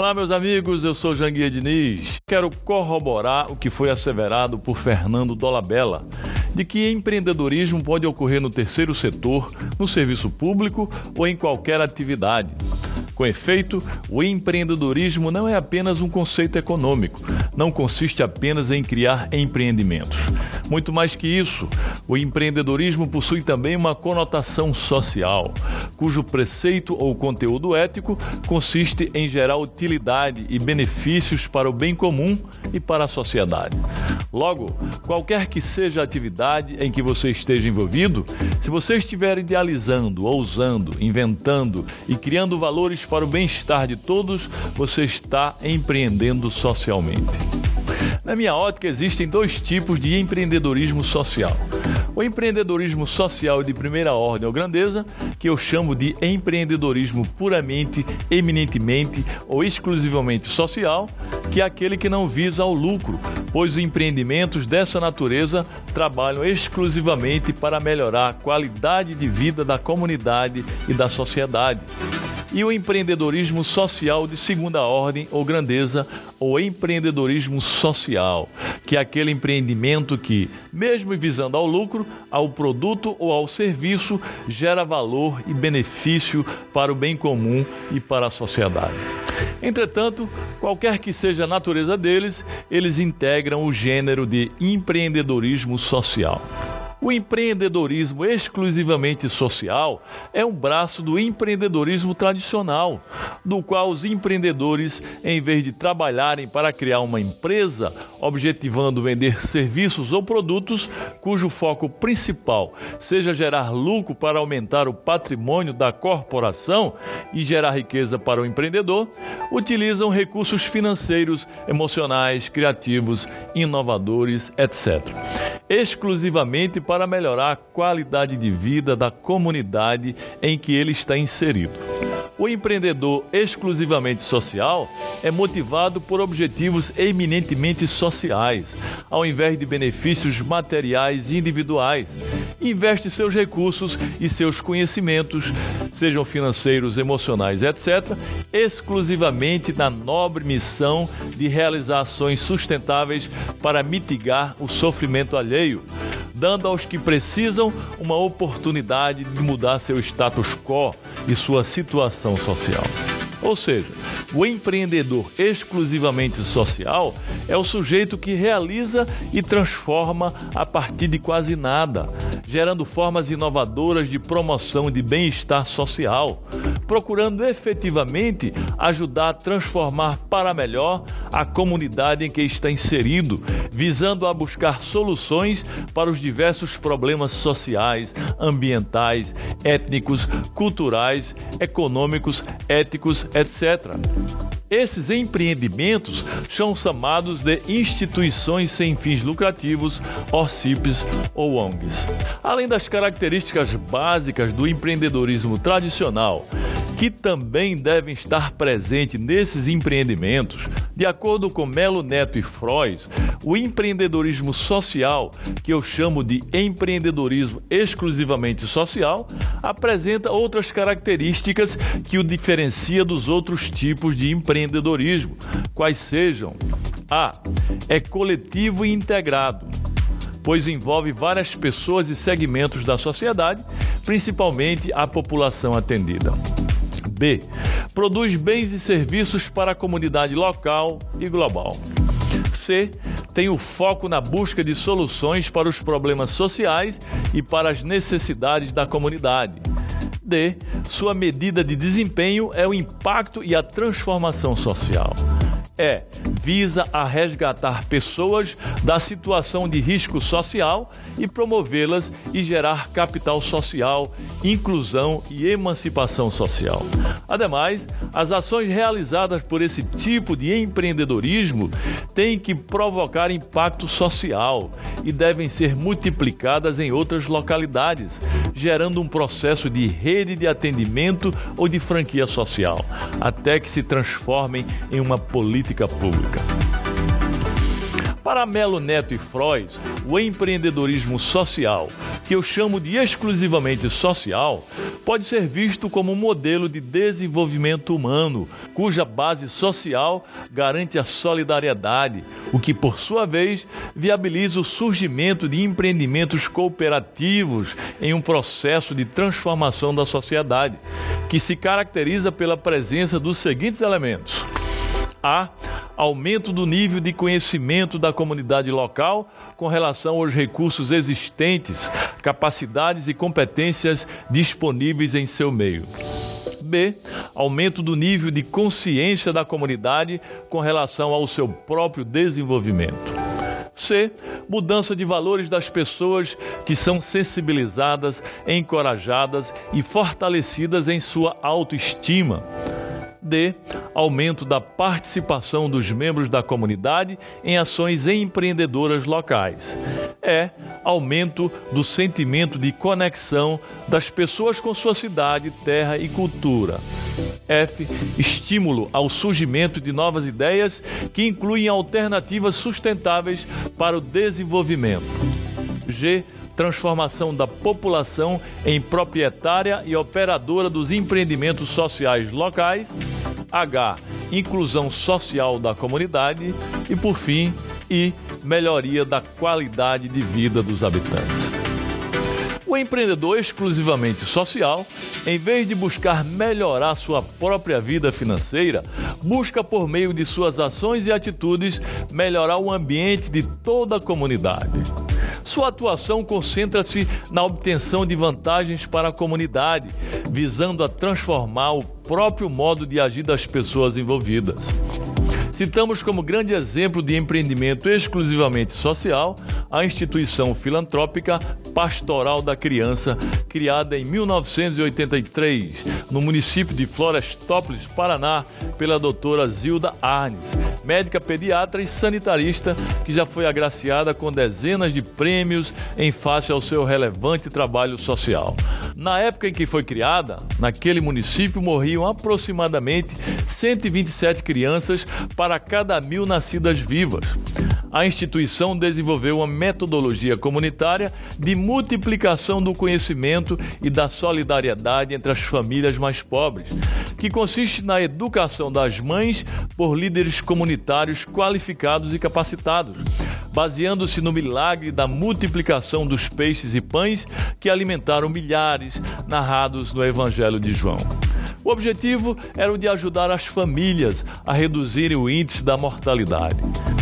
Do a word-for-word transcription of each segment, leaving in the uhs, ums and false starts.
Olá, meus amigos, eu sou Janguier Diniz. Quero corroborar o que foi asseverado por Fernando Dolabella, de que empreendedorismo pode ocorrer no terceiro setor, no serviço público ou em qualquer atividade. Com efeito, o empreendedorismo não é apenas um conceito econômico, não consiste apenas em criar empreendimentos. Muito mais que isso, o empreendedorismo possui também uma conotação social, cujo preceito ou conteúdo ético consiste em gerar utilidade e benefícios para o bem comum e para a sociedade. Logo, qualquer que seja a atividade em que você esteja envolvido, se você estiver idealizando, ousando, inventando e criando valores para o bem-estar de todos, você está empreendendo socialmente. Na minha ótica, existem dois tipos de empreendedorismo social. O empreendedorismo social de primeira ordem ou grandeza, que eu chamo de empreendedorismo puramente, eminentemente ou exclusivamente social, que é aquele que não visa ao lucro, pois os empreendimentos dessa natureza trabalham exclusivamente para melhorar a qualidade de vida da comunidade e da sociedade. E o empreendedorismo social de segunda ordem ou grandeza, ou empreendedorismo social, que é aquele empreendimento que, mesmo visando ao lucro, ao produto ou ao serviço, gera valor e benefício para o bem comum e para a sociedade. Entretanto, qualquer que seja a natureza deles, eles integram o gênero de empreendedorismo social. O empreendedorismo exclusivamente social é um braço do empreendedorismo tradicional, do qual os empreendedores, em vez de trabalharem para criar uma empresa, objetivando vender serviços ou produtos, cujo foco principal seja gerar lucro para aumentar o patrimônio da corporação e gerar riqueza para o empreendedor, utilizam recursos financeiros, emocionais, criativos, inovadores, etcétera, exclusivamente para melhorar a qualidade de vida da comunidade em que ele está inserido. O empreendedor exclusivamente social é motivado por objetivos eminentemente sociais, ao invés de benefícios materiais individuais. Investe seus recursos e seus conhecimentos, sejam financeiros, emocionais, etcétera, exclusivamente na nobre missão de realizar ações sustentáveis para mitigar o sofrimento alheio, dando aos que precisam uma oportunidade de mudar seu status quo e sua situação social. Ou seja, o empreendedor exclusivamente social é o sujeito que realiza e transforma a partir de quase nada, gerando formas inovadoras de promoção de bem-estar social, procurando efetivamente ajudar a transformar para melhor a comunidade em que está inserido, visando a buscar soluções para os diversos problemas sociais, ambientais, étnicos, culturais, econômicos, éticos, etcétera. Esses empreendimentos são chamados de instituições sem fins lucrativos, O C I Ps ou O N Gs. Além das características básicas do empreendedorismo tradicional, que também devem estar presentes nesses empreendimentos, de acordo com Melo Neto e Frois, o empreendedorismo social, que eu chamo de empreendedorismo exclusivamente social, apresenta outras características que o diferencia dos outros tipos de empreendedorismo, quais sejam: A. É coletivo e integrado, pois envolve várias pessoas e segmentos da sociedade, principalmente a população atendida. B. Produz bens e serviços para a comunidade local e global. C. Tem o foco na busca de soluções para os problemas sociais e para as necessidades da comunidade. D. Sua medida de desempenho é o impacto e a transformação social. E. Visa a resgatar pessoas da situação de risco social e promovê-las e gerar capital social, inclusão e emancipação social. Ademais, as ações realizadas por esse tipo de empreendedorismo têm que provocar impacto social e devem ser multiplicadas em outras localidades, gerando um processo de rede de atendimento ou de franquia social, até que se transformem em uma política pública. Para Melo Neto e Frois, o empreendedorismo social, que eu chamo de exclusivamente social, pode ser visto como um modelo de desenvolvimento humano, cuja base social garante a solidariedade, o que, por sua vez, viabiliza o surgimento de empreendimentos cooperativos em um processo de transformação da sociedade, que se caracteriza pela presença dos seguintes elementos: A. Aumento do nível de conhecimento da comunidade local com relação aos recursos existentes, capacidades e competências disponíveis em seu meio. B. Aumento do nível de consciência da comunidade com relação ao seu próprio desenvolvimento. C. Mudança de valores das pessoas que são sensibilizadas, encorajadas e fortalecidas em sua autoestima. D. Aumento da participação dos membros da comunidade em ações empreendedoras locais. E. Aumento do sentimento de conexão das pessoas com sua cidade, terra e cultura. F. Estímulo ao surgimento de novas ideias que incluem alternativas sustentáveis para o desenvolvimento. G. Transformação da população em proprietária e operadora dos empreendimentos sociais locais. H. Inclusão social da comunidade. E, por fim, I. Melhoria da qualidade de vida dos habitantes. O empreendedor exclusivamente social, em vez de buscar melhorar sua própria vida financeira, busca, por meio de suas ações e atitudes, melhorar o ambiente de toda a comunidade. Sua atuação concentra-se na obtenção de vantagens para a comunidade, visando a transformar o próprio modo de agir das pessoas envolvidas. Citamos como grande exemplo de empreendimento exclusivamente social a instituição filantrópica Pastoral da Criança, criada em mil novecentos e oitenta e três, no município de Florestópolis, Paraná, pela doutora Zilda Arnes, médica pediatra e sanitarista, que já foi agraciada com dezenas de prêmios em face ao seu relevante trabalho social. Na época em que foi criada, naquele município morriam aproximadamente cento e vinte e sete crianças para cada mil nascidas vivas. A instituição desenvolveu uma metodologia comunitária de multiplicação do conhecimento e da solidariedade entre as famílias mais pobres, que consiste na educação das mães por líderes comunitários qualificados e capacitados, baseando-se no milagre da multiplicação dos peixes e pães que alimentaram milhares, narrados no Evangelho de João. O objetivo era o de ajudar as famílias a reduzirem o índice da mortalidade.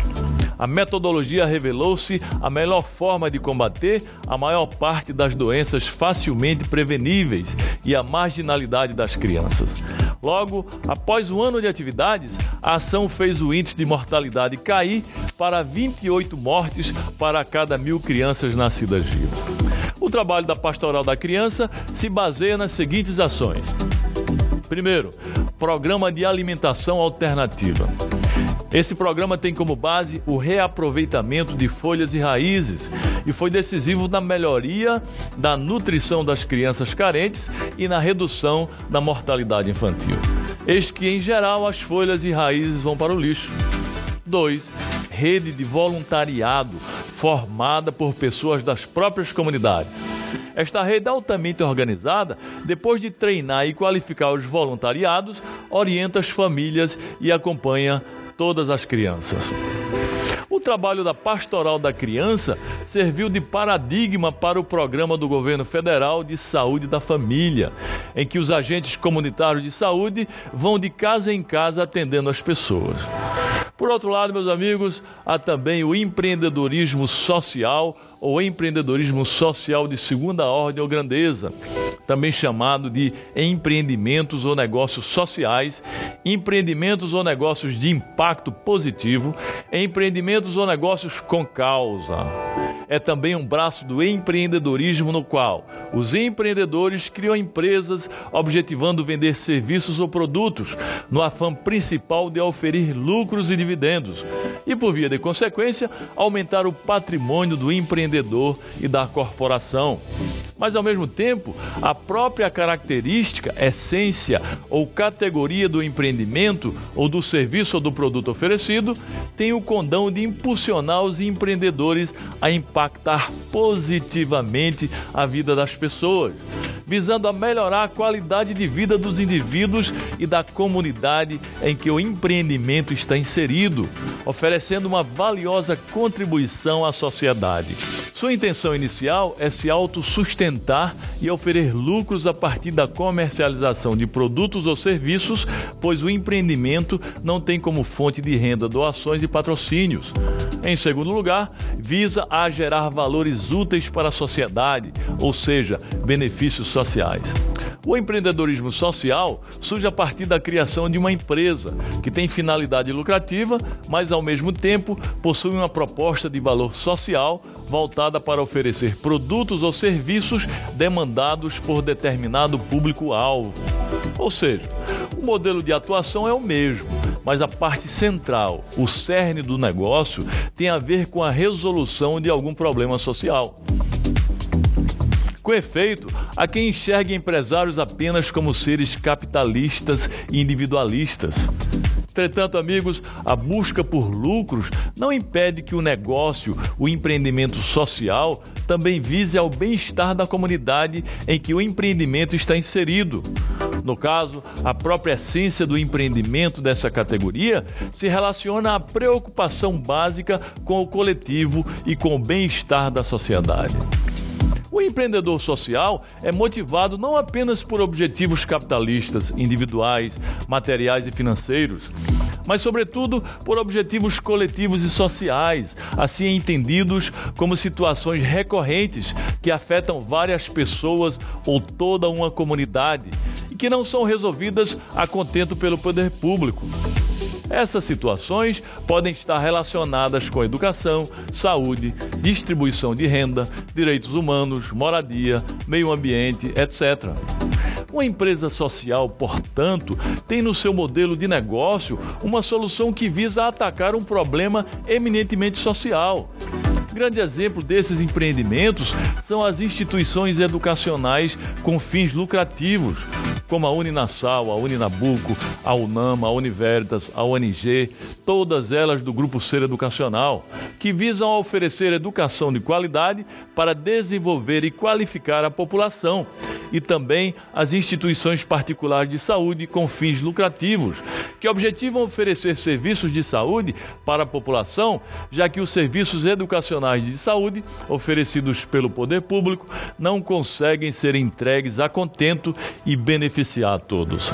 A metodologia revelou-se a melhor forma de combater a maior parte das doenças facilmente preveníveis e a marginalidade das crianças. Logo, após um ano de atividades, a ação fez o índice de mortalidade cair para vinte e oito mortes para cada mil crianças nascidas vivas. O trabalho da Pastoral da Criança se baseia nas seguintes ações. Primeiro, programa de alimentação alternativa. Esse programa tem como base o reaproveitamento de folhas e raízes e foi decisivo na melhoria da nutrição das crianças carentes e na redução da mortalidade infantil. Eis que, em geral, as folhas e raízes vão para o lixo. dois. Rede de voluntariado formada por pessoas das próprias comunidades. Esta rede altamente organizada, depois de treinar e qualificar os voluntariados, orienta as famílias e acompanha todas as crianças. O trabalho da Pastoral da Criança serviu de paradigma para o programa do governo federal de saúde da família, em que os agentes comunitários de saúde vão de casa em casa atendendo as pessoas. Por outro lado, meus amigos, há também o empreendedorismo social ou empreendedorismo social de segunda ordem ou grandeza, também chamado de empreendimentos ou negócios sociais, empreendimentos ou negócios de impacto positivo, empreendimentos ou negócios com causa. É também um braço do empreendedorismo no qual os empreendedores criam empresas objetivando vender serviços ou produtos no afã principal de oferir lucros e dividendos. e, por via de consequência, aumentar o patrimônio do empreendedor e da corporação. Mas, ao mesmo tempo, a própria característica, essência ou categoria do empreendimento ou do serviço ou do produto oferecido tem o condão de impulsionar os empreendedores a impactar positivamente a vida das pessoas, visando a melhorar a qualidade de vida dos indivíduos e da comunidade em que o empreendimento está inserido, oferecendo uma valiosa contribuição à sociedade. Sua intenção inicial é se autossustentar e oferecer lucros a partir da comercialização de produtos ou serviços, pois o empreendimento não tem como fonte de renda doações e patrocínios. Em segundo lugar, visa a gerar valores úteis para a sociedade, ou seja, benefícios sociais. O empreendedorismo social surge a partir da criação de uma empresa que tem finalidade lucrativa, mas ao mesmo tempo possui uma proposta de valor social voltada para oferecer produtos ou serviços demandados por determinado público-alvo. Ou seja, o modelo de atuação é o mesmo, mas a parte central, o cerne do negócio, tem a ver com a resolução de algum problema social. Com efeito, há quem enxergue empresários apenas como seres capitalistas e individualistas. Entretanto, amigos, a busca por lucros não impede que o negócio, o empreendimento social, também vise ao bem-estar da comunidade em que o empreendimento está inserido. No caso, a própria essência do empreendimento dessa categoria se relaciona à preocupação básica com o coletivo e com o bem-estar da sociedade. O empreendedor social é motivado não apenas por objetivos capitalistas, individuais, materiais e financeiros, mas, sobretudo, por objetivos coletivos e sociais, assim entendidos como situações recorrentes que afetam várias pessoas ou toda uma comunidade e que não são resolvidas a contento pelo poder público. Essas situações podem estar relacionadas com educação, saúde, distribuição de renda, direitos humanos, moradia, meio ambiente, etcétera. Uma empresa social, portanto, tem no seu modelo de negócio uma solução que visa atacar um problema eminentemente social. Grande exemplo desses empreendimentos são as instituições educacionais com fins lucrativos, como a Uninasal, a Uninabuco, a UNAM, a Univeritas, a U N G, todas elas do Grupo Ser Educacional, que visam oferecer educação de qualidade para desenvolver e qualificar a população, e também as instituições particulares de saúde com fins lucrativos, que objetivam oferecer serviços de saúde para a população, já que os serviços educacionais de saúde oferecidos pelo poder público não conseguem ser entregues a contento e beneficiar a todos.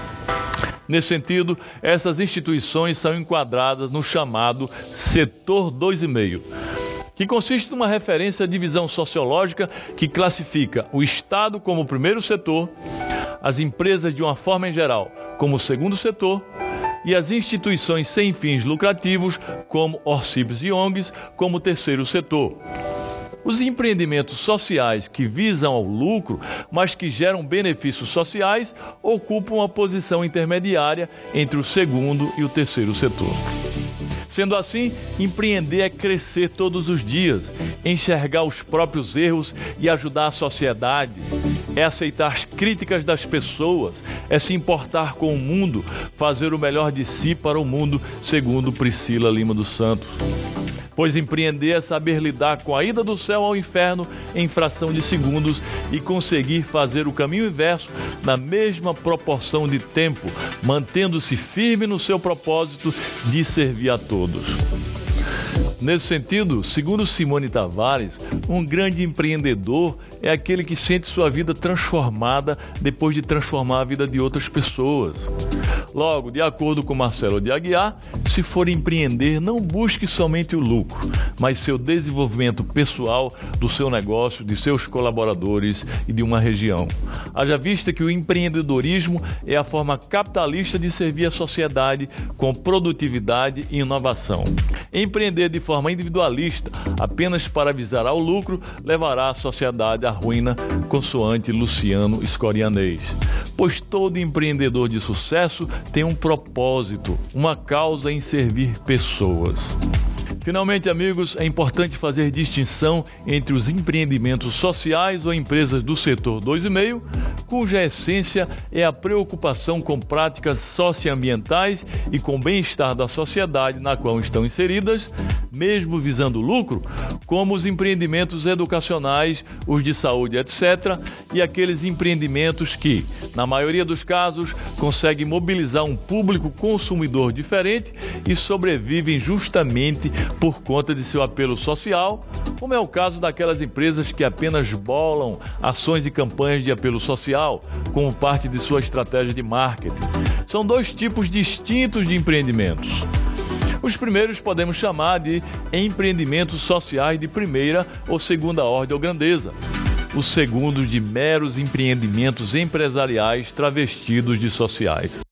Nesse sentido, essas instituições são enquadradas no chamado Setor dois vírgula cinco, que consiste numa referência à divisão sociológica que classifica o Estado como o primeiro setor, as empresas de uma forma em geral como o segundo setor e as instituições sem fins lucrativos como O R C I Ps e O N Gs como o terceiro setor. Os empreendimentos sociais que visam ao lucro, mas que geram benefícios sociais, ocupam uma posição intermediária entre o segundo e o terceiro setor. Sendo assim, empreender é crescer todos os dias, enxergar os próprios erros e ajudar a sociedade. É aceitar as críticas das pessoas, é se importar com o mundo, fazer o melhor de si para o mundo, segundo Priscila Lima dos Santos. Pois empreender é saber lidar com a ida do céu ao inferno em fração de segundos e conseguir fazer o caminho inverso na mesma proporção de tempo, mantendo-se firme no seu propósito de servir a todos. Nesse sentido, segundo Simone Tavares, um grande empreendedor é aquele que sente sua vida transformada depois de transformar a vida de outras pessoas. Logo, de acordo com Marcelo de Aguiar, se for empreender, não busque somente o lucro, mas seu desenvolvimento pessoal, do seu negócio, de seus colaboradores e de uma região. haja vista que o empreendedorismo é a forma capitalista de servir a sociedade com produtividade e inovação. Empreender de forma individualista, apenas para visar ao lucro, levará a sociedade à ruína, consoante Luciano Scorianês. Pois todo empreendedor de sucesso tem um propósito, uma causa em servir pessoas. Finalmente, amigos, é importante fazer distinção entre os empreendimentos sociais ou empresas do setor dois e meio, cuja essência é a preocupação com práticas socioambientais e com o bem-estar da sociedade na qual estão inseridas, mesmo visando lucro, como os empreendimentos educacionais, os de saúde, etcétera, e aqueles empreendimentos que, na maioria dos casos, conseguem mobilizar um público consumidor diferente e sobrevivem justamente por conta de seu apelo social, como é o caso daquelas empresas que apenas bolam ações e campanhas de apelo social como parte de sua estratégia de marketing. São dois tipos distintos de empreendimentos. Os primeiros podemos chamar de empreendimentos sociais de primeira ou segunda ordem ou grandeza. Os segundos de meros empreendimentos empresariais travestidos de sociais.